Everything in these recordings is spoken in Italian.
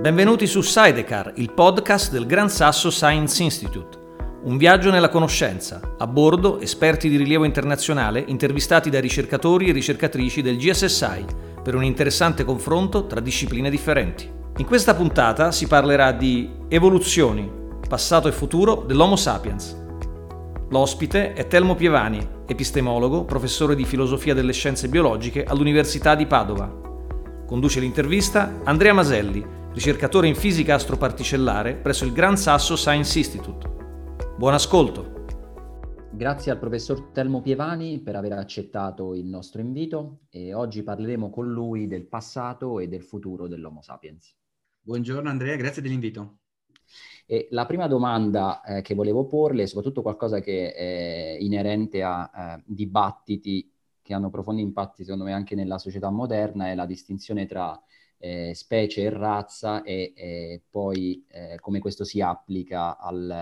Benvenuti su Sidecar, il podcast del Gran Sasso Science Institute. Un viaggio nella conoscenza, a bordo esperti di rilievo internazionale intervistati da ricercatori e ricercatrici del GSSI per un interessante confronto tra discipline differenti. In questa puntata si parlerà di evoluzioni, passato e futuro dell'Homo sapiens. L'ospite è Telmo Pievani, epistemologo, professore di filosofia delle scienze biologiche all'Università di Padova. Conduce l'intervista Andrea Maselli, ricercatore in fisica astroparticellare presso il Gran Sasso Science Institute. Buon ascolto! Grazie al professor Telmo Pievani per aver accettato il nostro invito e oggi parleremo con lui del passato e del futuro dell'Homo sapiens. Buongiorno Andrea, grazie dell'invito. E la prima domanda che volevo porle è soprattutto qualcosa che è inerente a dibattiti che hanno profondi impatti secondo me anche nella società moderna, è la distinzione tra specie e razza e poi come questo si applica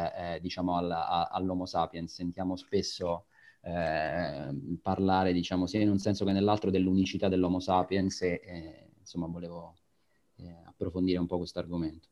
all'Homo sapiens. Sentiamo spesso parlare, sia in un senso che nell'altro, dell'unicità dell'Homo sapiens e insomma volevo approfondire un po' questo argomento.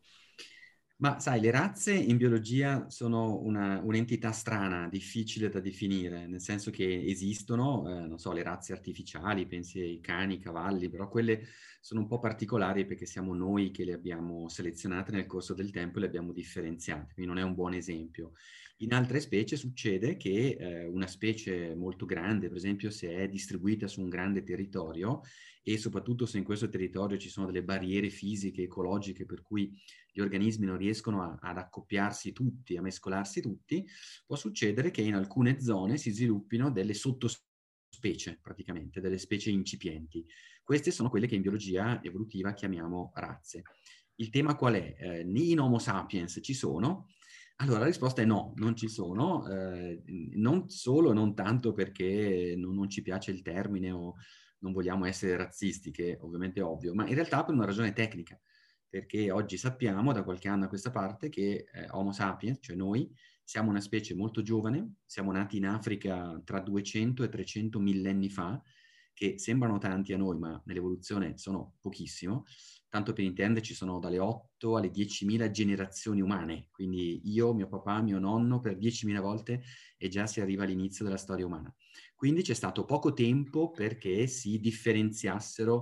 Ma sai, le razze in biologia sono un'entità strana, difficile da definire, nel senso che esistono, non so, le razze artificiali, pensi ai cani, ai cavalli, però quelle sono un po' particolari perché siamo noi che le abbiamo selezionate nel corso del tempo e le abbiamo differenziate, quindi non è un buon esempio. In altre specie succede che una specie molto grande, per esempio se è distribuita su un grande territorio e soprattutto se in questo territorio ci sono delle barriere fisiche, ecologiche, per cui gli organismi non riescono ad accoppiarsi tutti, a mescolarsi tutti, può succedere che in alcune zone si sviluppino delle sottospecie, praticamente, delle specie incipienti. Queste sono quelle che in biologia evolutiva chiamiamo razze. Il tema qual è? In Homo sapiens ci sono? Allora la risposta è no, non ci sono, non solo e non tanto perché non ci piace il termine o non vogliamo essere razzisti, che ovviamente è ovvio, ma in realtà per una ragione tecnica, perché oggi sappiamo da qualche anno a questa parte che Homo sapiens, cioè noi, siamo una specie molto giovane, siamo nati in Africa tra 200 e 300 millenni fa, che sembrano tanti a noi, ma nell'evoluzione sono pochissimo. Tanto per intenderci sono dalle 8 alle 10.000 generazioni umane, quindi io, mio papà, mio nonno per 10.000 volte e già si arriva all'inizio della storia umana. Quindi c'è stato poco tempo perché si differenziassero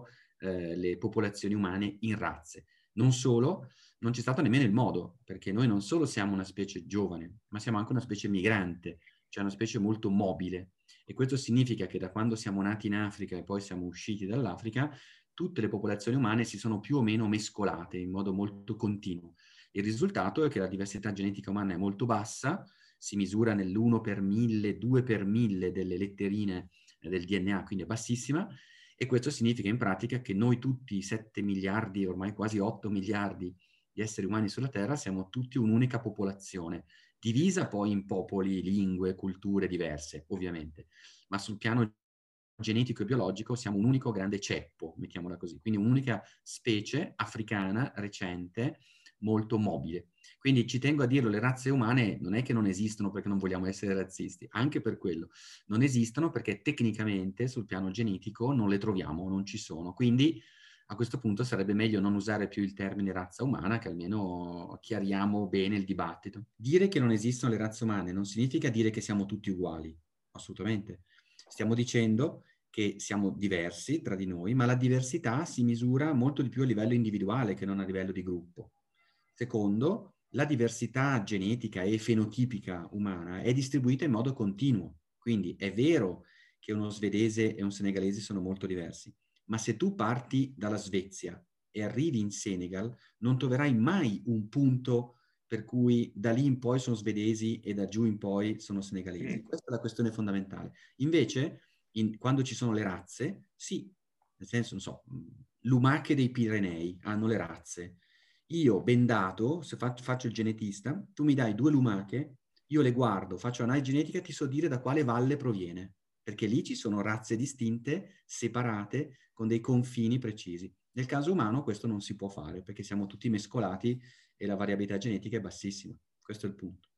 le popolazioni umane in razze. Non solo, non c'è stato nemmeno il modo, perché noi non solo siamo una specie giovane, ma siamo anche una specie migrante, cioè una specie molto mobile. E questo significa che da quando siamo nati in Africa e poi siamo usciti dall'Africa, tutte le popolazioni umane si sono più o meno mescolate in modo molto continuo. Il risultato è che la diversità genetica umana è molto bassa, si misura nell'1 per 1000, 2 per 1000 delle letterine del DNA, quindi è bassissima, e questo significa in pratica che noi tutti, 7 miliardi, ormai quasi 8 miliardi di esseri umani sulla Terra, siamo tutti un'unica popolazione, divisa poi in popoli, lingue, culture diverse, ovviamente, ma sul piano genetico e biologico siamo un unico grande ceppo, mettiamola così, quindi un'unica specie africana recente, molto mobile. Quindi ci tengo a dirlo, le razze umane non è che non esistono perché non vogliamo essere razzisti, anche per quello. Non esistono perché tecnicamente sul piano genetico non le troviamo, non ci sono. Quindi a questo punto sarebbe meglio non usare più il termine razza umana, che almeno chiariamo bene il dibattito. Dire che non esistono le razze umane non significa dire che siamo tutti uguali, assolutamente. Stiamo dicendo che siamo diversi tra di noi, ma la diversità si misura molto di più a livello individuale che non a livello di gruppo. Secondo, la diversità genetica e fenotipica umana è distribuita in modo continuo. Quindi è vero che uno svedese e un senegalese sono molto diversi, ma se tu parti dalla Svezia e arrivi in Senegal, non troverai mai un punto per cui da lì in poi sono svedesi e da giù in poi sono senegalesi. Questa è la questione fondamentale. Invece, quando ci sono le razze, sì, nel senso, non so, lumache dei Pirenei hanno le razze. Io, bendato, se faccio il genetista, tu mi dai 2 lumache, io le guardo, faccio analisi genetica e ti so dire da quale valle proviene, perché lì ci sono razze distinte, separate, con dei confini precisi. Nel caso umano questo non si può fare, perché siamo tutti mescolati e la variabilità genetica è bassissima. Questo è il punto.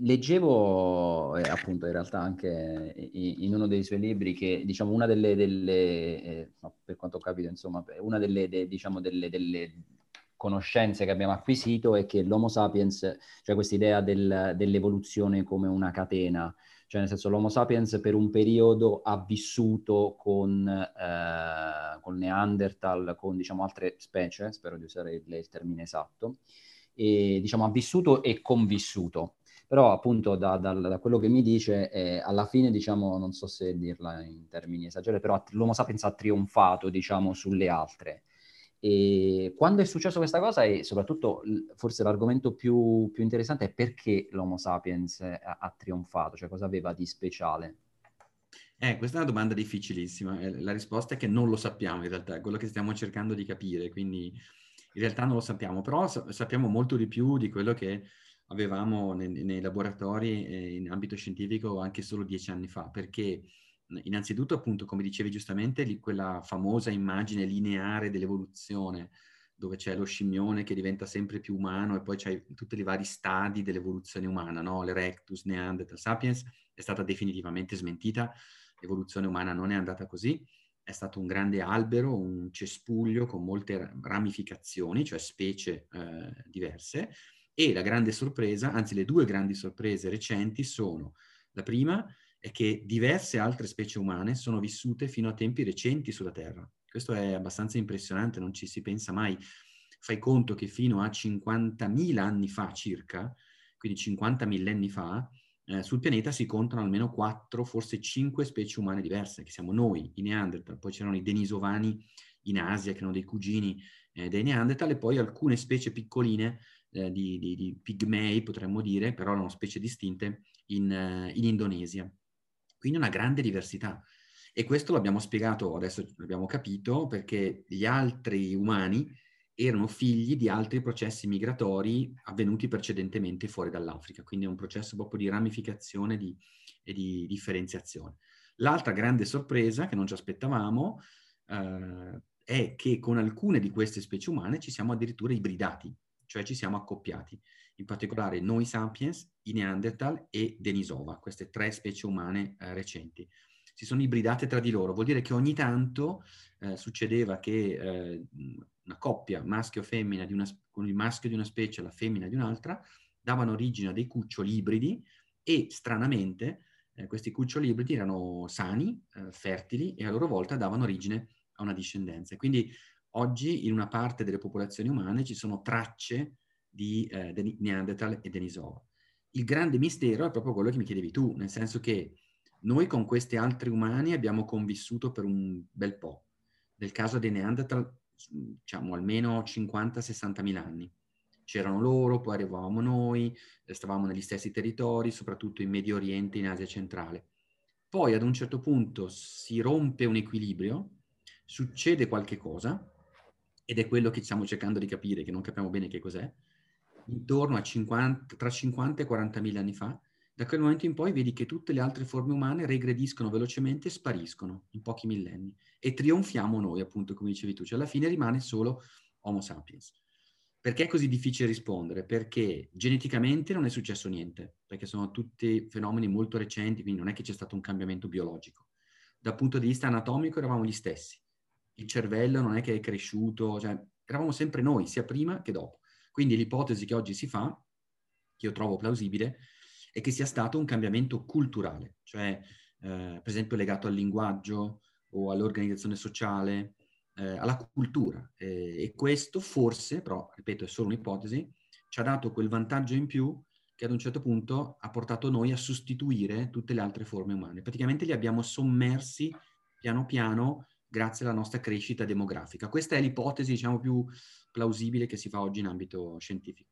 Leggevo appunto in realtà anche in uno dei suoi libri che diciamo una delle no, per quanto ho capito insomma una delle conoscenze che abbiamo acquisito è che l'Homo sapiens, cioè questa idea dell'evoluzione come una catena, cioè nel senso l'Homo sapiens per un periodo ha vissuto con Neanderthal, con diciamo altre specie, spero di usare il termine esatto, e diciamo ha vissuto e convissuto. Però appunto da quello che mi dice, alla fine diciamo, non so se dirla in termini esagerati, però l'Homo sapiens ha trionfato diciamo sulle altre. E quando è successo questa cosa e soprattutto forse l'argomento più interessante è perché l'Homo sapiens ha trionfato, cioè cosa aveva di speciale? Questa è una domanda difficilissima. La risposta è che non lo sappiamo in realtà, è quello che stiamo cercando di capire, quindi in realtà non lo sappiamo, però sappiamo molto di più di quello che avevamo nei laboratori in ambito scientifico anche solo 10 anni fa, perché innanzitutto appunto, come dicevi giustamente, quella famosa immagine lineare dell'evoluzione, dove c'è lo scimmione che diventa sempre più umano e poi c'hai tutti i vari stadi dell'evoluzione umana, no? L'Erectus, Neanderthal, Sapiens, è stata definitivamente smentita. L'evoluzione umana non è andata così, è stato un grande albero, un cespuglio con molte ramificazioni, cioè specie diverse, e la grande sorpresa, anzi le due grandi sorprese recenti sono: la prima è che diverse altre specie umane sono vissute fino a tempi recenti sulla Terra. Questo è abbastanza impressionante, non ci si pensa mai. Fai conto che fino a 50.000 anni fa circa, quindi 50 millenni fa, sul pianeta si contano almeno 4, forse 5 specie umane diverse, che siamo noi, i Neanderthal, poi c'erano i Denisovani in Asia, che erano dei cugini dei Neanderthal, e poi alcune specie piccoline di pigmei, potremmo dire, però erano specie distinte, in Indonesia. Quindi una grande diversità. E questo l'abbiamo spiegato, adesso l'abbiamo capito, perché gli altri umani erano figli di altri processi migratori avvenuti precedentemente fuori dall'Africa, quindi è un processo proprio di ramificazione e di differenziazione. L'altra grande sorpresa che non ci aspettavamo è che con alcune di queste specie umane ci siamo addirittura ibridati, cioè ci siamo accoppiati, in particolare noi Sapiens, i Neanderthal e Denisova, queste 3 specie umane recenti. Si sono ibridate tra di loro, vuol dire che ogni tanto succedeva che una coppia maschio o femmina con il maschio di una specie e la femmina di un'altra davano origine a dei cuccioli ibridi e stranamente questi cuccioli ibridi erano sani, fertili e a loro volta davano origine a una discendenza. E quindi oggi in una parte delle popolazioni umane ci sono tracce di Neanderthal e Denisova. Il grande mistero è proprio quello che mi chiedevi tu, nel senso che noi con questi altri umani abbiamo convissuto per un bel po'. Nel caso dei Neanderthal, diciamo almeno 50-60 mila anni. C'erano loro, poi arrivavamo noi, stavamo negli stessi territori, soprattutto in Medio Oriente e in Asia centrale. Poi ad un certo punto si rompe un equilibrio, succede qualche cosa, ed è quello che stiamo cercando di capire, che non capiamo bene che cos'è, intorno a 50, tra 50 e 40 mila anni fa. Da quel momento in poi vedi che tutte le altre forme umane regrediscono velocemente e spariscono in pochi millenni. E trionfiamo noi, appunto, come dicevi tu. Cioè alla fine rimane solo Homo sapiens. Perché è così difficile rispondere? Perché geneticamente non è successo niente, perché sono tutti fenomeni molto recenti, quindi non è che c'è stato un cambiamento biologico. Dal punto di vista anatomico eravamo gli stessi. Il cervello non è che è cresciuto, cioè eravamo sempre noi, sia prima che dopo. Quindi l'ipotesi che oggi si fa, che io trovo plausibile, è che sia stato un cambiamento culturale, cioè per esempio legato al linguaggio o all'organizzazione sociale, alla cultura. E questo forse, però ripeto è solo un'ipotesi, ci ha dato quel vantaggio in più che ad un certo punto ha portato noi a sostituire tutte le altre forme umane. Praticamente li abbiamo sommersi piano piano grazie alla nostra crescita demografica. Questa è l'ipotesi, diciamo, più plausibile che si fa oggi in ambito scientifico.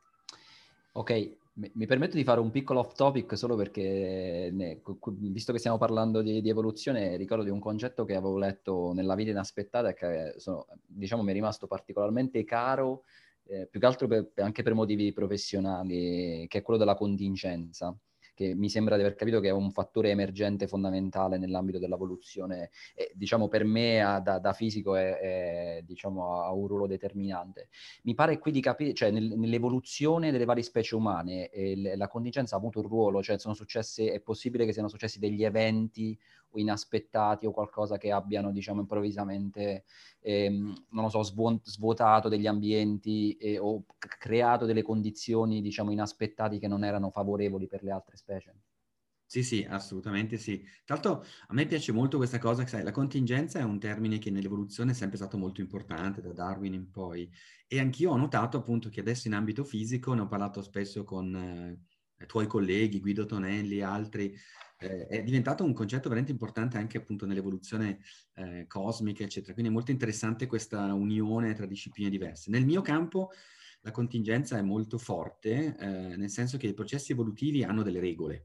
Ok, mi permetto di fare un piccolo off topic solo perché, visto che stiamo parlando di evoluzione, ricordo di un concetto che avevo letto nella vita inaspettata e che diciamo, mi è rimasto particolarmente caro, più che altro anche per motivi professionali, che è quello della contingenza, che mi sembra di aver capito che è un fattore emergente fondamentale nell'ambito dell'evoluzione. E, diciamo, per me da fisico diciamo, ha un ruolo determinante. Mi pare qui di capire, cioè nell'evoluzione delle varie specie umane la contingenza ha avuto un ruolo, cioè sono successe, è possibile che siano successi degli eventi o inaspettati o qualcosa che abbiano, diciamo, improvvisamente, non lo so, svuotato degli ambienti o creato delle condizioni, diciamo, inaspettate che non erano favorevoli per le altre specie. Sì, sì, assolutamente sì. Tra l'altro a me piace molto questa cosa, che sai, la contingenza è un termine che nell'evoluzione è sempre stato molto importante, da Darwin in poi, e anch'io ho notato appunto che adesso in ambito fisico, ne ho parlato spesso con tuoi colleghi, Guido Tonelli e altri, è diventato un concetto veramente importante anche appunto nell'evoluzione cosmica, eccetera. Quindi è molto interessante questa unione tra discipline diverse. Nel mio campo la contingenza è molto forte, nel senso che i processi evolutivi hanno delle regole.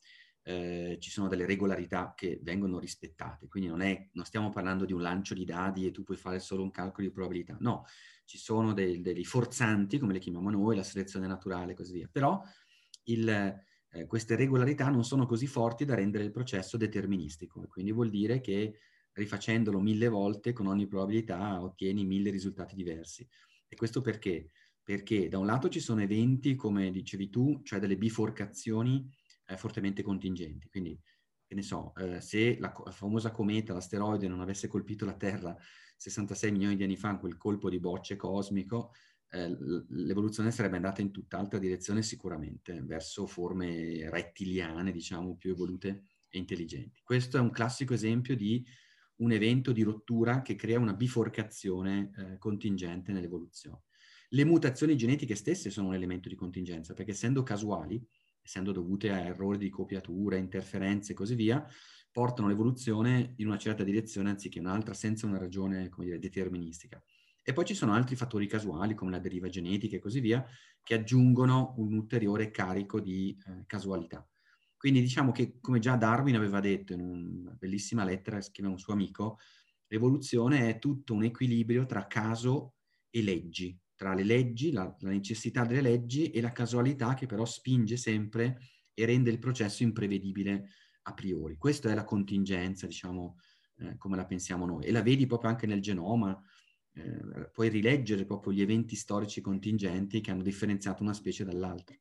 Ci sono delle regolarità che vengono rispettate, quindi non stiamo parlando di un lancio di dadi e tu puoi fare solo un calcolo di probabilità, no, ci sono dei forzanti, come le chiamiamo noi, la selezione naturale e così via, però queste regolarità non sono così forti da rendere il processo deterministico, e quindi vuol dire che rifacendolo 1000 volte con ogni probabilità ottieni 1000 risultati diversi. E questo perché? Perché da un lato ci sono eventi, come dicevi tu, cioè delle biforcazioni fortemente contingenti. Quindi, che ne so, se la famosa cometa, l'asteroide, non avesse colpito la Terra 66 milioni di anni fa, quel colpo di bocce cosmico, l'evoluzione sarebbe andata in tutt'altra direzione sicuramente, verso forme rettiliane, diciamo, più evolute e intelligenti. Questo è un classico esempio di un evento di rottura che crea una biforcazione contingente nell'evoluzione. Le mutazioni genetiche stesse sono un elemento di contingenza, perché essendo casuali, essendo dovute a errori di copiatura, interferenze e così via, portano l'evoluzione in una certa direzione anziché un'altra, senza una ragione, come dire, deterministica. E poi ci sono altri fattori casuali, come la deriva genetica e così via, che aggiungono un ulteriore carico di casualità. Quindi diciamo che, come già Darwin aveva detto in una bellissima lettera che scrive a un suo amico, l'evoluzione è tutto un equilibrio tra caso e leggi, tra le leggi, la necessità delle leggi e la casualità che però spinge sempre e rende il processo imprevedibile a priori. Questa è la contingenza, diciamo, come la pensiamo noi. E la vedi proprio anche nel genoma, puoi rileggere proprio gli eventi storici contingenti che hanno differenziato una specie dall'altra.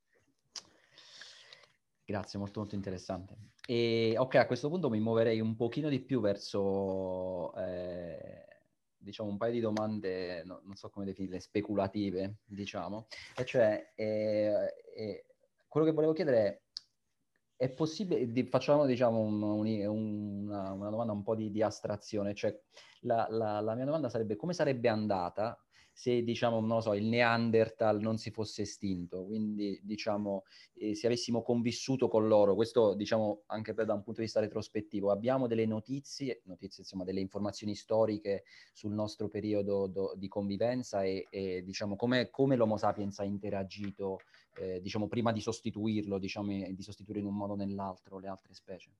Grazie, molto molto interessante. E ok, a questo punto mi muoverei un pochino di più verso diciamo un paio di domande, non so come definirle, speculative, diciamo. E cioè, quello che volevo chiedere è possibile, facciamo diciamo una domanda un po' di astrazione, cioè la mia domanda sarebbe come sarebbe andata se, diciamo, non lo so, il Neanderthal non si fosse estinto, quindi, diciamo, se avessimo convissuto con loro, questo, diciamo, anche da un punto di vista retrospettivo, abbiamo delle notizie, insomma, delle informazioni storiche sul nostro periodo di convivenza e diciamo, come l'Homo sapiens ha interagito, diciamo, prima di sostituirlo, diciamo, di sostituire in un modo o nell'altro le altre specie.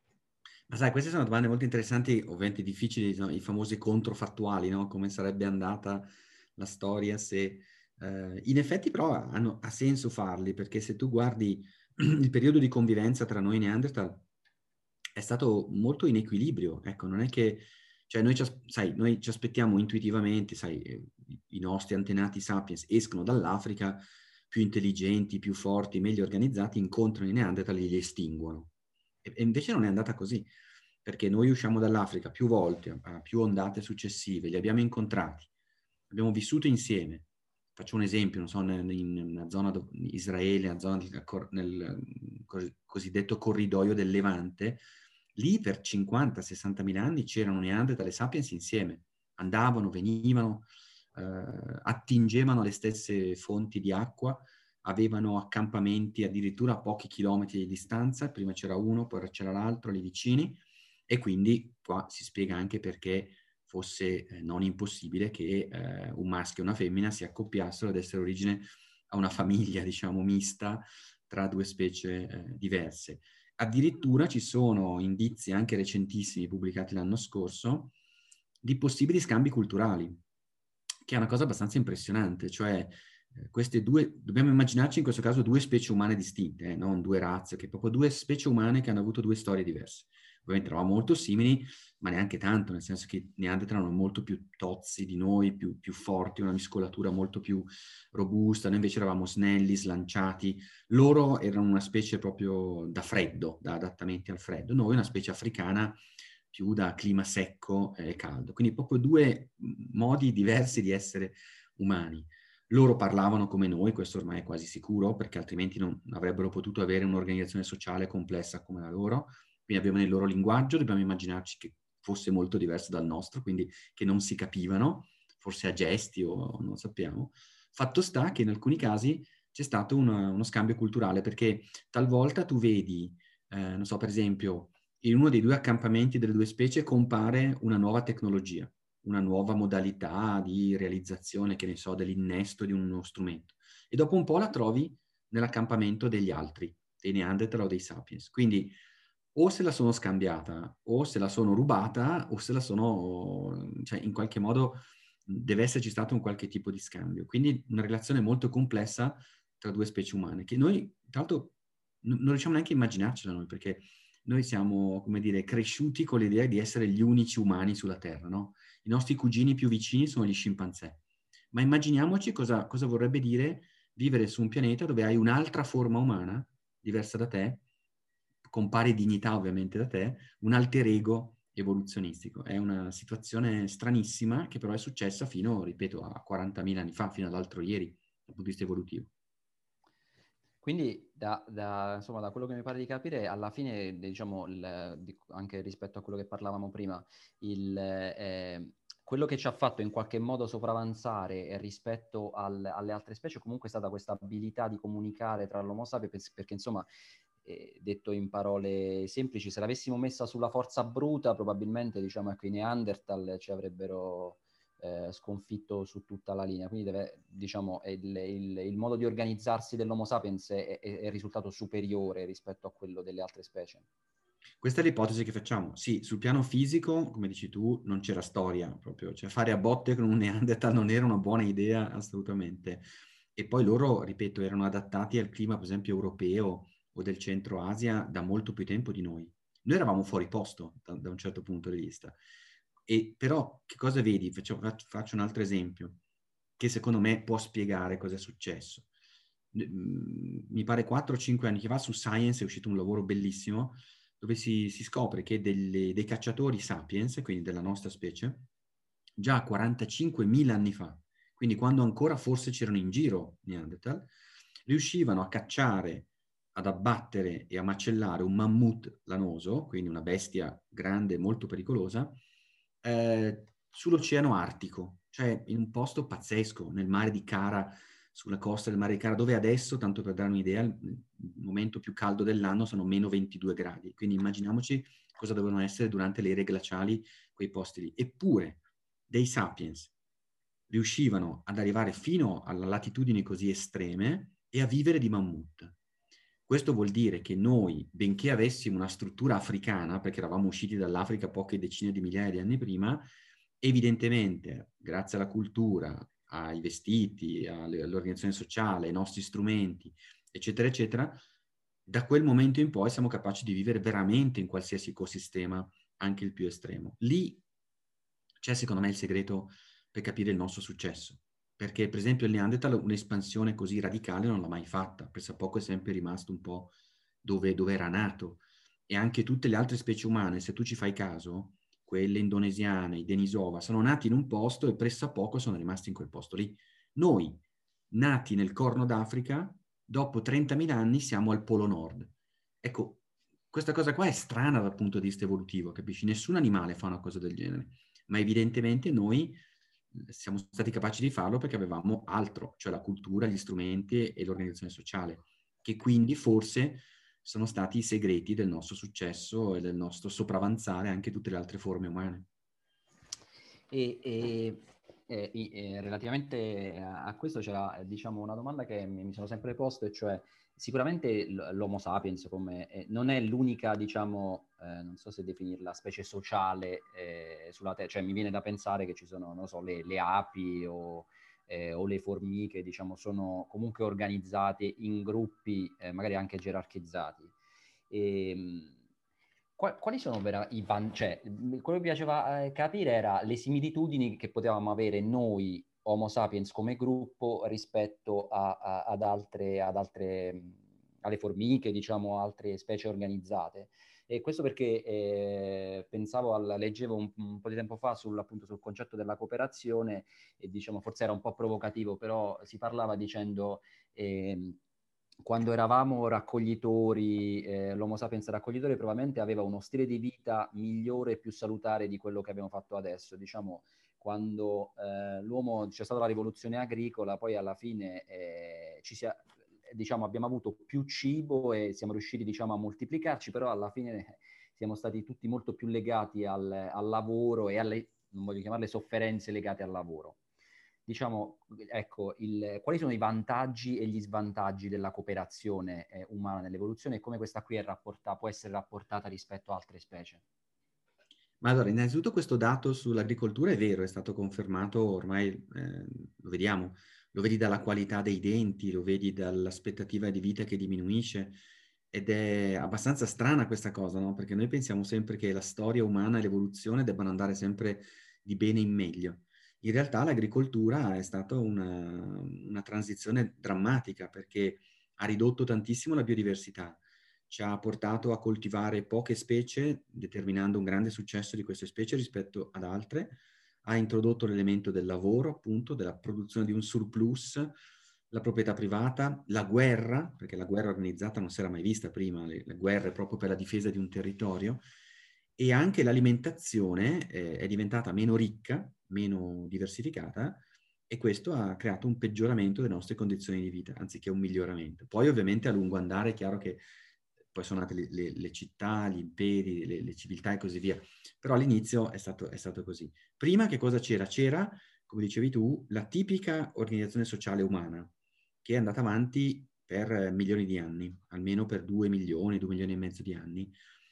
Ma sai, queste sono domande molto interessanti, ovviamente difficili, no? I famosi controfattuali, no? Come sarebbe andata la storia se... in effetti però ha senso farli, perché se tu guardi il periodo di convivenza tra noi e Neanderthal è stato molto in equilibrio, ecco, non è che... Cioè noi ci aspettiamo intuitivamente, sai, i nostri antenati sapiens escono dall'Africa più intelligenti, più forti, meglio organizzati, incontrano i Neanderthal e li estinguono. E invece non è andata così, perché noi usciamo dall'Africa più volte, a più ondate successive, li abbiamo incontrati, abbiamo vissuto insieme. Faccio un esempio, non so, in una zona Israele, una zona nel cosiddetto corridoio del Levante, lì per 50-60 mila anni c'erano Neanderthal e Sapiens insieme, andavano, venivano, attingevano le stesse fonti di acqua, avevano accampamenti addirittura a pochi chilometri di distanza, prima c'era uno, poi c'era l'altro, lì vicini, e quindi qua si spiega anche perché fosse non impossibile che un maschio e una femmina si accoppiassero ed essere origine a una famiglia, diciamo, mista tra due specie diverse. Addirittura ci sono indizi anche recentissimi pubblicati l'anno scorso di possibili scambi culturali, che è una cosa abbastanza impressionante, cioè queste due, dobbiamo immaginarci in questo caso due specie umane distinte, non due razze, che proprio due specie umane che hanno avuto due storie diverse. Ovviamente eravamo molto simili, ma neanche tanto, nel senso che i Neanderthal erano molto più tozzi di noi, più forti, una muscolatura molto più robusta. Noi invece eravamo snelli, slanciati. Loro erano una specie proprio da freddo, da adattamenti al freddo. Noi una specie africana più da clima secco e caldo. Quindi proprio due modi diversi di essere umani. Loro parlavano come noi, questo ormai è quasi sicuro, perché altrimenti non avrebbero potuto avere un'organizzazione sociale complessa come la loro. Quindi avevano il loro linguaggio, dobbiamo immaginarci che fosse molto diverso dal nostro, quindi che non si capivano, forse a gesti o non sappiamo. Fatto sta che in alcuni casi c'è stato uno scambio culturale, perché talvolta tu vedi, non so, per esempio, in uno dei due accampamenti delle due specie compare una nuova tecnologia, una nuova modalità di realizzazione, che ne so, dell'innesto di uno strumento. E dopo un po' la trovi nell'accampamento degli altri, dei Neanderthal o dei Sapiens. Quindi o se la sono scambiata, o se la sono rubata, o se la sono, cioè in qualche modo deve esserci stato un qualche tipo di scambio. Quindi una relazione molto complessa tra due specie umane, che noi, tra l'altro, non riusciamo neanche a immaginarcela noi, perché noi siamo, come dire, cresciuti con l'idea di essere gli unici umani sulla Terra, no? I nostri cugini più vicini sono gli scimpanzé. Ma immaginiamoci cosa vorrebbe dire vivere su un pianeta dove hai un'altra forma umana, diversa da te, con pari dignità ovviamente da te, un alter ego evoluzionistico. È una situazione stranissima che però è successa fino, ripeto, a 40.000 anni fa, fino all'altro ieri, dal punto di vista evolutivo. Quindi insomma, da quello che mi pare di capire, alla fine, diciamo, anche rispetto a quello che parlavamo prima, quello che ci ha fatto in qualche modo sopravanzare rispetto alle altre specie comunque è stata questa abilità di comunicare tra l'Homo sapiens, perché insomma, detto in parole semplici, se l'avessimo messa sulla forza bruta, probabilmente, diciamo, ecco, i Neanderthal ci avrebbero sconfitto su tutta la linea. Quindi diciamo, il modo di organizzarsi dell'Homo sapiens è risultato superiore rispetto a quello delle altre specie. Questa è l'ipotesi che facciamo. Sì, sul piano fisico, come dici tu, non c'era storia proprio. Cioè fare a botte con un Neanderthal non era una buona idea assolutamente. E poi loro, ripeto, erano adattati al clima, per esempio, europeo o del centro Asia da molto più tempo di noi. Noi eravamo fuori posto da un certo punto di vista. E però, che cosa vedi? Faccio un altro esempio, che secondo me può spiegare cosa è successo. Mi pare 4 o 5 anni che fa su Science è uscito un lavoro bellissimo dove si scopre che dei cacciatori sapiens, quindi della nostra specie, già 45.000 anni fa, quindi quando ancora forse c'erano in giro Neanderthal, riuscivano a cacciare, ad abbattere e a macellare un mammut lanoso, quindi una bestia grande e molto pericolosa, sull'Oceano Artico, cioè in un posto pazzesco, nel mare di Kara, sulla costa del mare di Kara, dove adesso, tanto per dare un'idea, il momento più caldo dell'anno sono meno 22 gradi. Quindi immaginiamoci cosa dovevano essere durante le ere glaciali quei posti lì. Eppure dei sapiens riuscivano ad arrivare fino a latitudini così estreme e a vivere di mammut. Questo vuol dire che noi, benché avessimo una struttura africana, perché eravamo usciti dall'Africa poche decine di migliaia di anni prima, evidentemente, grazie alla cultura, ai vestiti, all'organizzazione sociale, ai nostri strumenti, eccetera, eccetera, da quel momento in poi siamo capaci di vivere veramente in qualsiasi ecosistema, anche il più estremo. Lì c'è, secondo me, il segreto per capire il nostro successo. Perché, per esempio, il Neanderthal un'espansione così radicale non l'ha mai fatta, pressappoco è sempre rimasto un po' dove era nato. E anche tutte le altre specie umane, se tu ci fai caso, quelle indonesiane, i Denisova, sono nati in un posto e pressappoco sono rimasti in quel posto lì. Noi, nati nel Corno d'Africa, dopo 30.000 anni siamo al Polo Nord. Ecco, questa cosa qua è strana dal punto di vista evolutivo, capisci? Nessun animale fa una cosa del genere, ma evidentemente noi siamo stati capaci di farlo perché avevamo altro, cioè la cultura, gli strumenti e l'organizzazione sociale, che quindi forse sono stati i segreti del nostro successo e del nostro sopravanzare anche tutte le altre forme umane. Relativamente a questo c'era, diciamo, una domanda che mi sono sempre posto, e cioè sicuramente l'Homo sapiens non è l'unica, diciamo, non so se definirla specie sociale sulla Terra, cioè mi viene da pensare che ci sono, non so, le api o le formiche, diciamo, sono comunque organizzate in gruppi, magari anche gerarchizzati. E, Quali sono cioè, quello che mi piaceva capire era le similitudini che potevamo avere noi Homo sapiens come gruppo rispetto alle formiche, diciamo, altre specie organizzate. E questo perché leggevo un po' di tempo fa appunto sul concetto della cooperazione e diciamo forse era un po' provocativo, però si parlava dicendo quando eravamo raccoglitori, l'Homo sapiens raccoglitore probabilmente aveva uno stile di vita migliore e più salutare di quello che abbiamo fatto adesso. Diciamo, quando l'uomo c'è stata la rivoluzione agricola, poi alla fine diciamo, abbiamo avuto più cibo e siamo riusciti diciamo, a moltiplicarci, però alla fine siamo stati tutti molto più legati al lavoro e alle, non voglio chiamarle sofferenze legate al lavoro. Diciamo, ecco, quali sono i vantaggi e gli svantaggi della cooperazione umana nell'evoluzione e come questa qui può essere rapportata rispetto a altre specie? Ma allora, innanzitutto questo dato sull'agricoltura è vero, è stato confermato ormai, lo vediamo, lo vedi dalla qualità dei denti, lo vedi dall'aspettativa di vita che diminuisce ed è abbastanza strana questa cosa, no? Perché noi pensiamo sempre che la storia umana e l'evoluzione debbano andare sempre di bene in meglio. In realtà l'agricoltura è stata una transizione drammatica perché ha ridotto tantissimo la biodiversità, ci ha portato a coltivare poche specie, determinando un grande successo di queste specie rispetto ad altre, ha introdotto l'elemento del lavoro, appunto, della produzione di un surplus, la proprietà privata, la guerra, perché la guerra organizzata non si era mai vista prima, le guerre proprio per la difesa di un territorio, e anche l'alimentazione è diventata meno ricca, meno diversificata, e questo ha creato un peggioramento delle nostre condizioni di vita, anziché un miglioramento. Poi ovviamente a lungo andare è chiaro che poi sono nate le città, gli imperi, le civiltà e così via. Però all'inizio è stato così. Prima che cosa c'era? C'era, come dicevi tu, la tipica organizzazione sociale umana, che è andata avanti per milioni di anni, almeno per 2 milioni e mezzo di anni,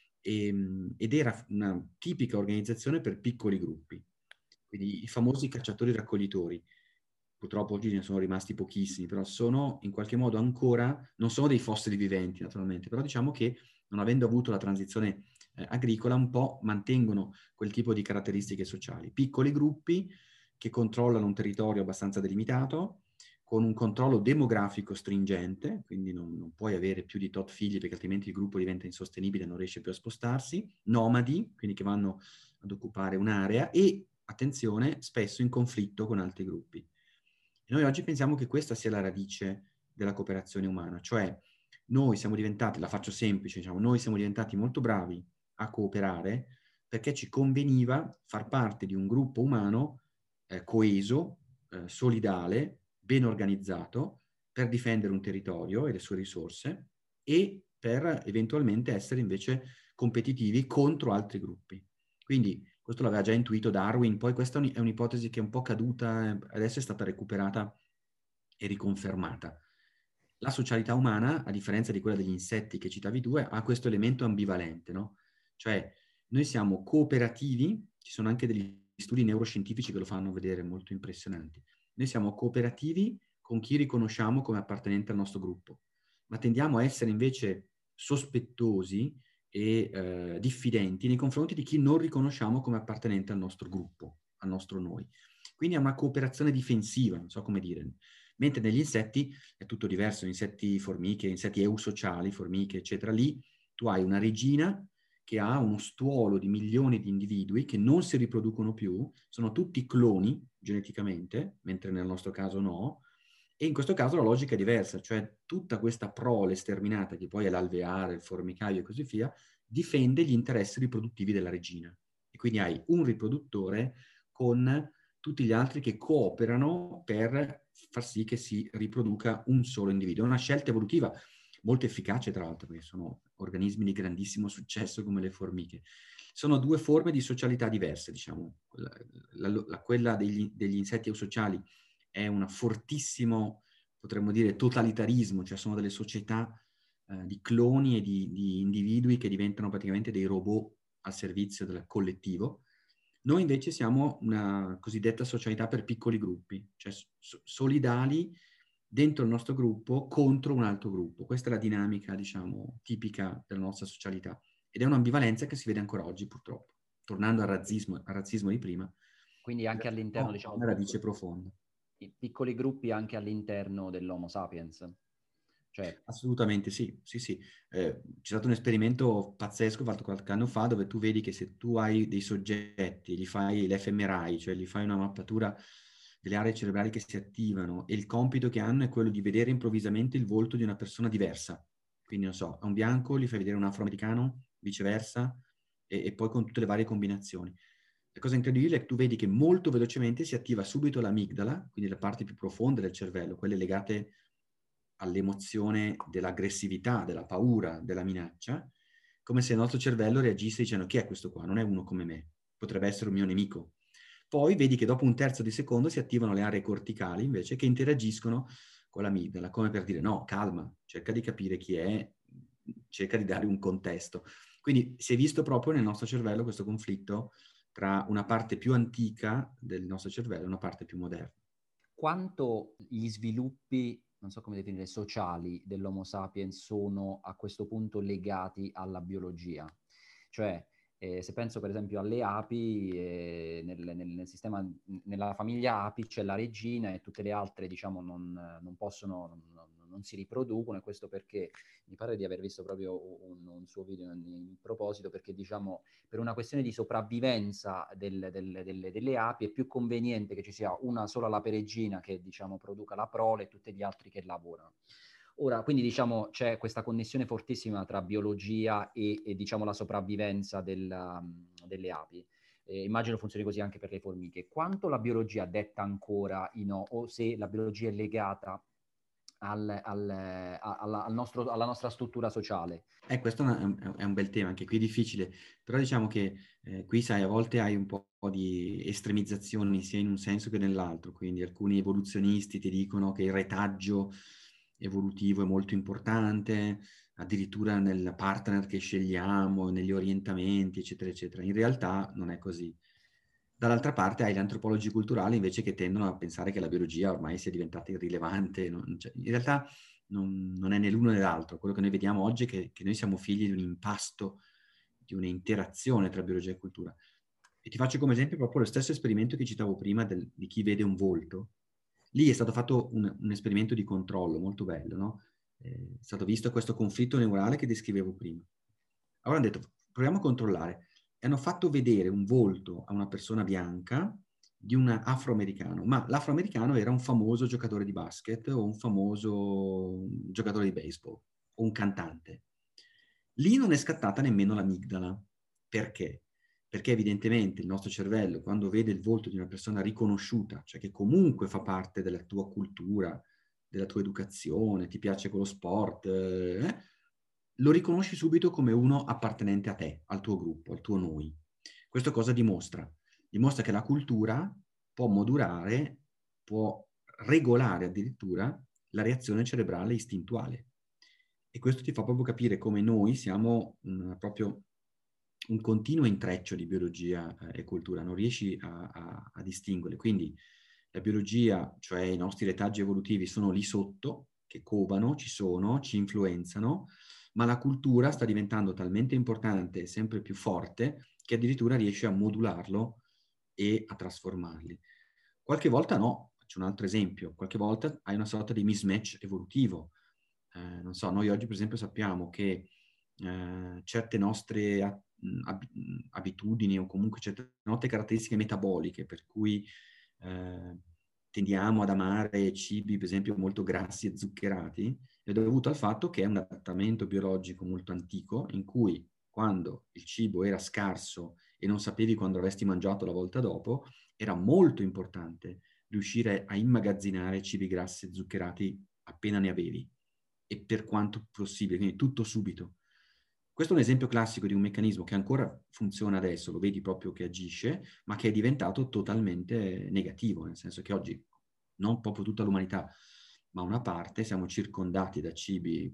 ed era una tipica organizzazione per piccoli gruppi. Quindi i famosi cacciatori-raccoglitori. Purtroppo oggi ne sono rimasti pochissimi, però sono in qualche modo ancora, non sono dei fossili viventi naturalmente, però diciamo che non avendo avuto la transizione agricola un po' mantengono quel tipo di caratteristiche sociali. Piccoli gruppi che controllano un territorio abbastanza delimitato, con un controllo demografico stringente, quindi non puoi avere più di tot figli perché altrimenti il gruppo diventa insostenibile e non riesce più a spostarsi, nomadi, quindi che vanno ad occupare un'area e, attenzione, spesso in conflitto con altri gruppi. E noi oggi pensiamo che questa sia la radice della cooperazione umana, cioè noi siamo diventati, la faccio semplice, diciamo, noi siamo diventati molto bravi a cooperare perché ci conveniva far parte di un gruppo umano coeso, solidale, ben organizzato per difendere un territorio e le sue risorse e per eventualmente essere invece competitivi contro altri gruppi. Quindi questo l'aveva già intuito Darwin, poi questa è un'ipotesi che è un po' caduta, adesso è stata recuperata e riconfermata. La socialità umana, a differenza di quella degli insetti che citavi tu, ha questo elemento ambivalente, no? Cioè, noi siamo cooperativi, ci sono anche degli studi neuroscientifici che lo fanno vedere molto impressionanti. Noi siamo cooperativi con chi riconosciamo come appartenente al nostro gruppo, ma tendiamo a essere invece sospettosi e diffidenti nei confronti di chi non riconosciamo come appartenente al nostro gruppo, al nostro noi. Quindi è una cooperazione difensiva, non so come dire. Mentre negli insetti è tutto diverso, insetti formiche, insetti eusociali, formiche, eccetera, lì tu hai una regina che ha uno stuolo di milioni di individui che non si riproducono più, sono tutti cloni geneticamente, mentre nel nostro caso no, e in questo caso la logica è diversa, cioè tutta questa prole sterminata, che poi è l'alveare, il formicaio e così via, difende gli interessi riproduttivi della regina. E quindi hai un riproduttore con tutti gli altri che cooperano per far sì che si riproduca un solo individuo. È una scelta evolutiva molto efficace, tra l'altro, perché sono organismi di grandissimo successo come le formiche. Sono due forme di socialità diverse, diciamo. Quella degli insetti eusociali è un fortissimo, potremmo dire, totalitarismo, cioè sono delle società di cloni e di individui che diventano praticamente dei robot al servizio del collettivo. Noi invece siamo una cosiddetta socialità per piccoli gruppi, cioè solidali dentro il nostro gruppo contro un altro gruppo. Questa è la dinamica, diciamo, tipica della nostra socialità. Ed è un'ambivalenza che si vede ancora oggi, purtroppo. Tornando al razzismo di prima, Quindi anche all'interno, no, diciamo, una radice profonda. i piccoli gruppi anche all'interno dell'Homo sapiens. Cioè, Assolutamente sì, sì, sì. C'è stato un esperimento pazzesco fatto qualche anno fa dove tu vedi che se tu hai dei soggetti, gli fai l'fMRI, cioè gli fai una mappatura delle aree cerebrali che si attivano e il compito che hanno è quello di vedere improvvisamente il volto di una persona diversa. Quindi, non so, a un bianco gli fai vedere un afroamericano, viceversa, e poi con tutte le varie combinazioni. La cosa incredibile è che tu vedi che molto velocemente si attiva subito l'amigdala, quindi le parti più profonde del cervello, quelle legate all'emozione dell'aggressività, della paura, della minaccia, come se il nostro cervello reagisse dicendo chi è questo qua? Non è uno come me, potrebbe essere un mio nemico. Poi vedi che dopo un terzo di secondo si attivano le aree corticali invece che interagiscono con l'amigdala, come per dire no, calma, cerca di capire chi è, cerca di dare un contesto. Quindi si è visto proprio nel nostro cervello questo conflitto tra una parte più antica del nostro cervello e una parte più moderna. quanto gli sviluppi, non so come definire, sociali dell'Homo sapiens sono a questo punto legati alla biologia? Cioè, se penso per esempio alle api, nel sistema, nella famiglia api c'è la regina e tutte le altre, diciamo, non possono, non si riproducono, e questo perché mi pare di aver visto proprio un suo video in proposito, perché diciamo per una questione di sopravvivenza delle api è più conveniente che ci sia una sola lape regina che diciamo produca la prole e tutti gli altri che lavorano. Ora, quindi diciamo c'è questa connessione fortissima tra biologia e diciamo la sopravvivenza delle api. Immagino funzioni così anche per le formiche. Quanto la biologia detta ancora o se la biologia è legata alla nostra struttura sociale? Questo è un bel tema, anche qui è difficile, però diciamo che qui sai, a volte hai un po' di estremizzazioni sia in un senso che nell'altro, quindi alcuni evoluzionisti ti dicono che il retaggio evolutivo è molto importante, addirittura nel partner che scegliamo, negli orientamenti, eccetera, eccetera. In realtà non è così. Dall'altra parte hai gli antropologi culturali invece che tendono a pensare che la biologia ormai sia diventata irrilevante. In realtà non è né l'uno né l'altro. Quello che noi vediamo oggi è che noi siamo figli di un impasto, di un'interazione tra biologia e cultura. E ti faccio come esempio proprio lo stesso esperimento che citavo prima di chi vede un volto. Lì è stato fatto un esperimento di controllo molto bello, no? È stato visto questo conflitto neurale che descrivevo prima. Allora hanno detto, proviamo a controllare. E hanno fatto vedere un volto a una persona bianca di un afroamericano, ma l'afroamericano era un famoso giocatore di basket o un famoso giocatore di baseball o un cantante. Lì non è scattata nemmeno l'amigdala. Perché? Perché evidentemente il nostro cervello, quando vede il volto di una persona riconosciuta, cioè che comunque fa parte della tua cultura, della tua educazione, ti piace quello sport, lo riconosci subito come uno appartenente a te, al tuo gruppo, al tuo noi. Questo cosa dimostra? Dimostra che la cultura può modulare, può regolare addirittura la reazione cerebrale istintuale. E questo ti fa proprio capire come noi siamo proprio un continuo intreccio di biologia e cultura, non riesci a distinguere. Quindi la biologia, cioè i nostri retaggi evolutivi, sono lì sotto, che covano, ci sono, ci influenzano, ma la cultura sta diventando talmente importante e sempre più forte che addirittura riesce a modularlo e a trasformarli. Qualche volta no, faccio un altro esempio, qualche volta hai una sorta di mismatch evolutivo. Non so, noi oggi per esempio sappiamo che certe nostre abitudini o comunque certe nostre caratteristiche metaboliche per cui tendiamo ad amare cibi per esempio molto grassi e zuccherati è dovuto al fatto che è un adattamento biologico molto antico in cui quando il cibo era scarso e non sapevi quando avresti mangiato la volta dopo, era molto importante riuscire a immagazzinare cibi grassi e zuccherati appena ne avevi e per quanto possibile, quindi tutto subito. Questo è un esempio classico di un meccanismo che ancora funziona adesso, lo vedi proprio che agisce, ma che è diventato totalmente negativo, nel senso che oggi non proprio tutta l'umanità, ma una parte, siamo circondati da cibi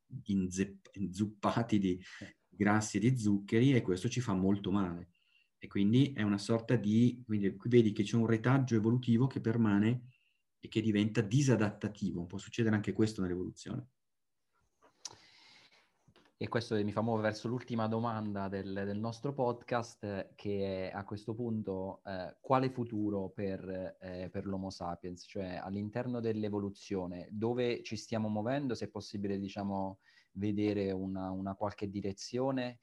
inzuppati di grassi e di zuccheri e questo ci fa molto male. E quindi è una sorta di... Quindi qui vedi che c'è un retaggio evolutivo che permane e che diventa disadattativo. Può succedere anche questo nell'evoluzione. E questo mi fa muovere verso l'ultima domanda del nostro podcast, che è a questo punto quale futuro per l'Homo sapiens? Cioè all'interno dell'evoluzione, dove ci stiamo muovendo, se è possibile, diciamo, vedere una qualche direzione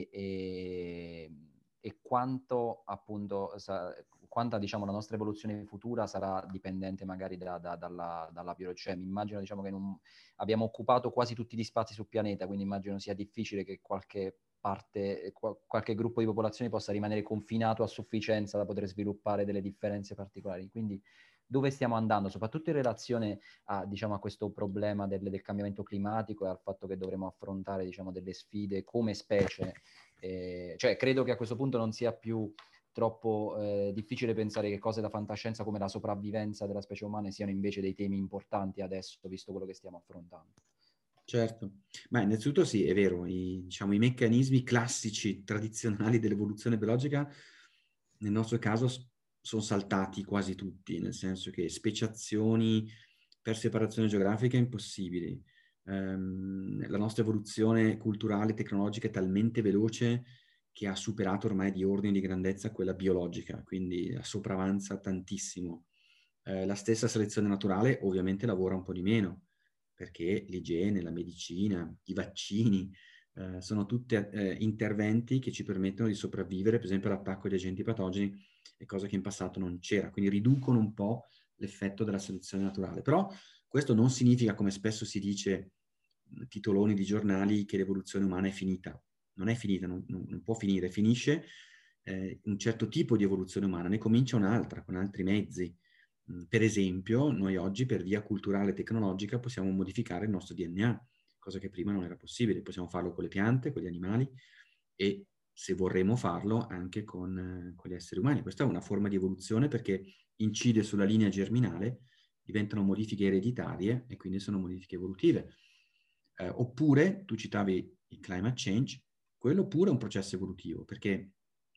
e quanto appunto quanta, diciamo, la nostra evoluzione futura sarà dipendente magari dalla biologia. Cioè, mi immagino, diciamo, che abbiamo occupato quasi tutti gli spazi sul pianeta, quindi immagino sia difficile che qualche parte, qualche gruppo di popolazione possa rimanere confinato a sufficienza da poter sviluppare delle differenze particolari. Quindi dove stiamo andando, soprattutto in relazione a, diciamo, a questo problema del cambiamento climatico e al fatto che dovremo affrontare, diciamo, delle sfide come specie. Cioè, credo che a questo punto non sia più troppo difficile pensare che cose da fantascienza come la sopravvivenza della specie umana siano invece dei temi importanti adesso, visto quello che stiamo affrontando. Certo, ma innanzitutto sì, è vero, diciamo, i meccanismi classici, tradizionali dell'evoluzione biologica, nel nostro caso sono saltati quasi tutti, nel senso che speciazioni per separazione geografica impossibili. La nostra evoluzione culturale e tecnologica è talmente veloce che ha superato ormai di ordini di grandezza quella biologica, quindi sopravanza tantissimo. La stessa selezione naturale ovviamente lavora un po' di meno, perché l'igiene, la medicina, i vaccini, sono tutti interventi che ci permettono di sopravvivere, per esempio, all'attacco di agenti patogeni, è cosa che in passato non c'era, quindi riducono un po' l'effetto della selezione naturale. Però questo non significa, come spesso si dice, titoloni di giornali, che l'evoluzione umana è finita. Non è finita, non può finire, finisce un certo tipo di evoluzione umana, ne comincia un'altra, con altri mezzi. Per esempio, noi oggi per via culturale e tecnologica possiamo modificare il nostro DNA, cosa che prima non era possibile. Possiamo farlo con le piante, con gli animali e, se vorremmo farlo, anche con gli esseri umani. Questa è una forma di evoluzione perché incide sulla linea germinale, diventano modifiche ereditarie e quindi sono modifiche evolutive. Oppure, tu citavi il climate change, quello pure è un processo evolutivo, perché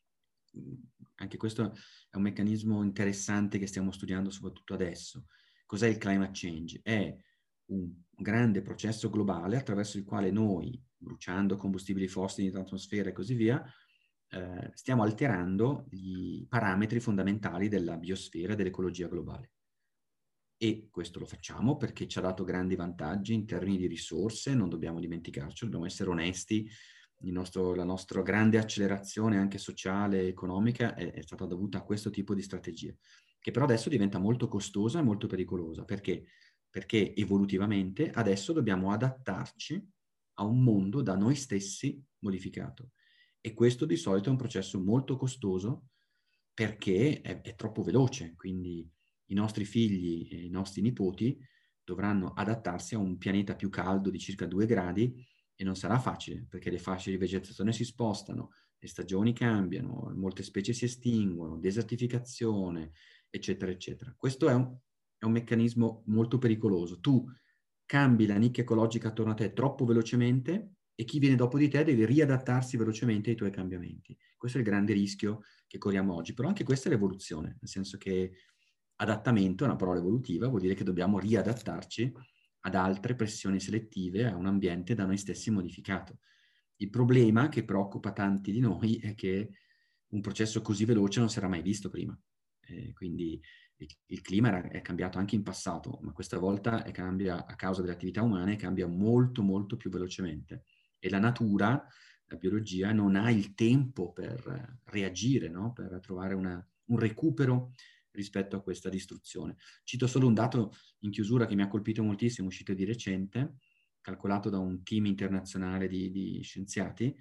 anche questo è un meccanismo interessante che stiamo studiando soprattutto adesso. Cos'è il climate change? È un grande processo globale attraverso il quale noi, bruciando combustibili fossili nell'atmosfera e così via, stiamo alterando i parametri fondamentali della biosfera e dell'ecologia globale. E questo lo facciamo perché ci ha dato grandi vantaggi in termini di risorse, non dobbiamo dimenticarci, dobbiamo essere onesti. La nostra grande accelerazione anche sociale e economica è stata dovuta a questo tipo di strategie, che però adesso diventa molto costosa e molto pericolosa. Perché? Perché evolutivamente adesso dobbiamo adattarci a un mondo da noi stessi modificato. E questo di solito è un processo molto costoso perché è troppo veloce, quindi i nostri figli e i nostri nipoti dovranno adattarsi a un pianeta più caldo di circa 2 gradi e non sarà facile, perché le fasce di vegetazione si spostano, le stagioni cambiano, molte specie si estinguono, desertificazione, eccetera, eccetera. Questo è un meccanismo molto pericoloso. Tu cambi la nicchia ecologica attorno a te troppo velocemente e chi viene dopo di te deve riadattarsi velocemente ai tuoi cambiamenti. Questo è il grande rischio che corriamo oggi. Però anche questa è l'evoluzione, nel senso che adattamento è una parola evolutiva, vuol dire che dobbiamo riadattarci ad altre pressioni selettive, a un ambiente da noi stessi modificato. Il problema che preoccupa tanti di noi è che un processo così veloce non si era mai visto prima. Quindi il clima è cambiato anche in passato, ma questa volta cambia a causa delle attività umane, cambia molto, molto più velocemente. E la natura, la biologia, non ha il tempo per reagire, no? Per trovare un recupero rispetto a questa distruzione. Cito solo un dato in chiusura che mi ha colpito moltissimo, uscito di recente, calcolato da un team internazionale di scienziati.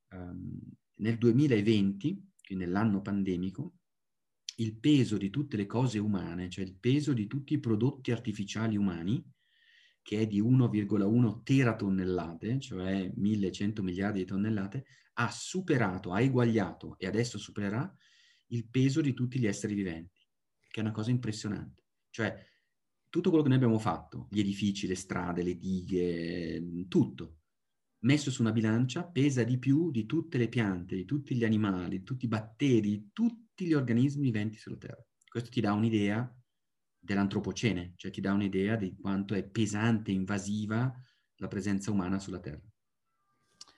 Nel 2020, quindi nell'anno pandemico, il peso di tutte le cose umane, cioè il peso di tutti i prodotti artificiali umani, che è di 1,1 teratonnellate, cioè 1100 miliardi di tonnellate, ha superato, ha eguagliato e adesso supererà il peso di tutti gli esseri viventi, che è una cosa impressionante. Cioè, tutto quello che noi abbiamo fatto, gli edifici, le strade, le dighe, tutto, messo su una bilancia, pesa di più di tutte le piante, di tutti gli animali, di tutti i batteri, di tutti gli organismi viventi sulla Terra. Questo ti dà un'idea dell'antropocene, cioè ti dà un'idea di quanto è pesante e invasiva la presenza umana sulla Terra.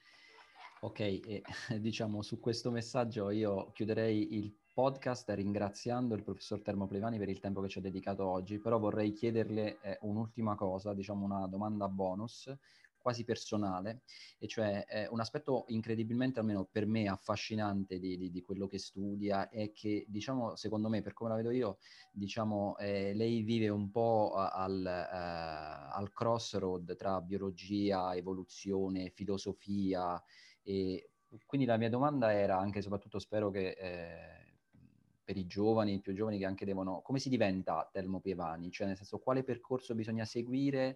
Ok, e diciamo su questo messaggio io chiuderei il podcast ringraziando il professor Termoplevani per il tempo che ci ha dedicato oggi, però vorrei chiederle un'ultima cosa, diciamo una domanda bonus, quasi personale, e cioè un aspetto incredibilmente, almeno per me, affascinante di quello che studia è che, diciamo, secondo me, per come la vedo io, diciamo, lei vive un po' al crossroad tra biologia, evoluzione, filosofia, e quindi la mia domanda era, anche e soprattutto spero che per i giovani, i più giovani che anche devono, come si diventa Termopievani? Cioè nel senso, quale percorso bisogna seguire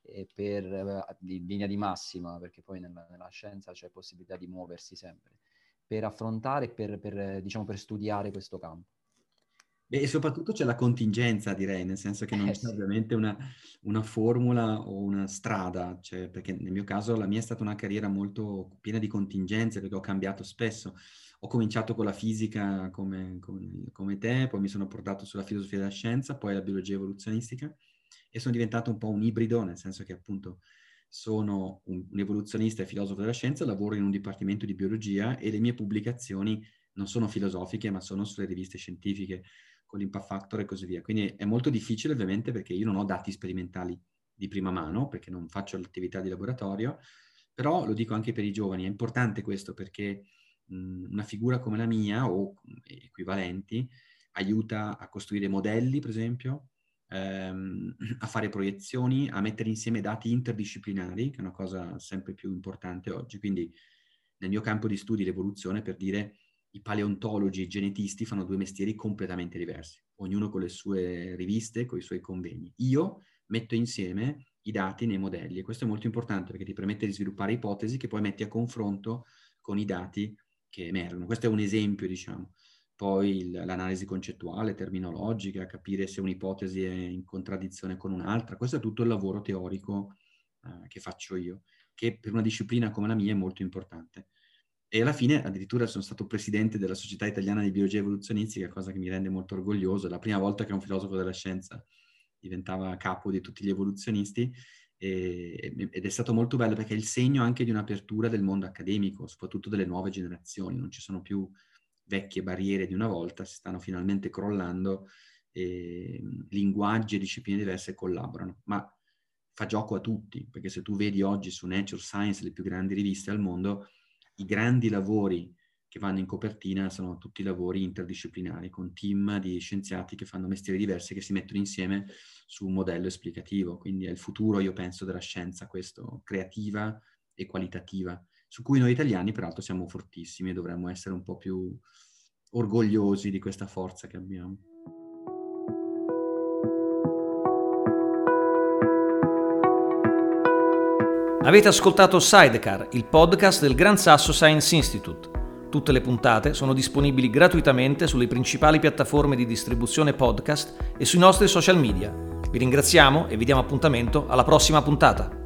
in linea di massima, perché poi nella scienza c'è possibilità di muoversi sempre, per affrontare, diciamo, per studiare questo campo? Beh, e soprattutto c'è la contingenza, direi, nel senso che non c'è Sì. ovviamente una formula o una strada, cioè, perché nel mio caso la mia è stata una carriera molto piena di contingenze, perché ho cambiato spesso. Ho cominciato con la fisica come te, poi mi sono portato sulla filosofia della scienza, poi la biologia evoluzionistica e sono diventato un po' un ibrido, nel senso che appunto sono un evoluzionista e filosofo della scienza, lavoro in un dipartimento di biologia e le mie pubblicazioni non sono filosofiche, ma sono sulle riviste scientifiche, con l'impact factor e così via. Quindi è molto difficile ovviamente perché io non ho dati sperimentali di prima mano, perché non faccio l'attività di laboratorio, però lo dico anche per i giovani, è importante questo perché una figura come la mia o equivalenti aiuta a costruire modelli, per esempio, a fare proiezioni, a mettere insieme dati interdisciplinari, che è una cosa sempre più importante oggi. Quindi nel mio campo di studi l'evoluzione, per dire, i paleontologi e i genetisti fanno due mestieri completamente diversi, ognuno con le sue riviste, con i suoi convegni. Io metto insieme i dati nei modelli e questo è molto importante perché ti permette di sviluppare ipotesi che poi metti a confronto con i dati che emergono. Questo è un esempio, diciamo. Poi l'analisi concettuale, terminologica, capire se un'ipotesi è in contraddizione con un'altra. Questo è tutto il lavoro teorico che faccio io, che per una disciplina come la mia è molto importante. E alla fine addirittura sono stato presidente della Società Italiana di Biologia Evoluzionistica, cosa che mi rende molto orgoglioso. È la prima volta che un filosofo della scienza diventava capo di tutti gli evoluzionisti ed è stato molto bello perché è il segno anche di un'apertura del mondo accademico, soprattutto delle nuove generazioni. Non ci sono più vecchie barriere di una volta, si stanno finalmente crollando e linguaggi e discipline diverse collaborano. Ma fa gioco a tutti, perché se tu vedi oggi su Nature Science, le più grandi riviste al mondo, i grandi lavori che vanno in copertina sono tutti lavori interdisciplinari, con team di scienziati che fanno mestieri diversi, che si mettono insieme su un modello esplicativo. Quindi è il futuro, io penso, della scienza, questo, creativa e qualitativa, su cui noi italiani peraltro siamo fortissimi e dovremmo essere un po' più orgogliosi di questa forza che abbiamo. Avete ascoltato Sidecar, il podcast del Gran Sasso Science Institute. Tutte le puntate sono disponibili gratuitamente sulle principali piattaforme di distribuzione podcast e sui nostri social media. Vi ringraziamo e vi diamo appuntamento alla prossima puntata.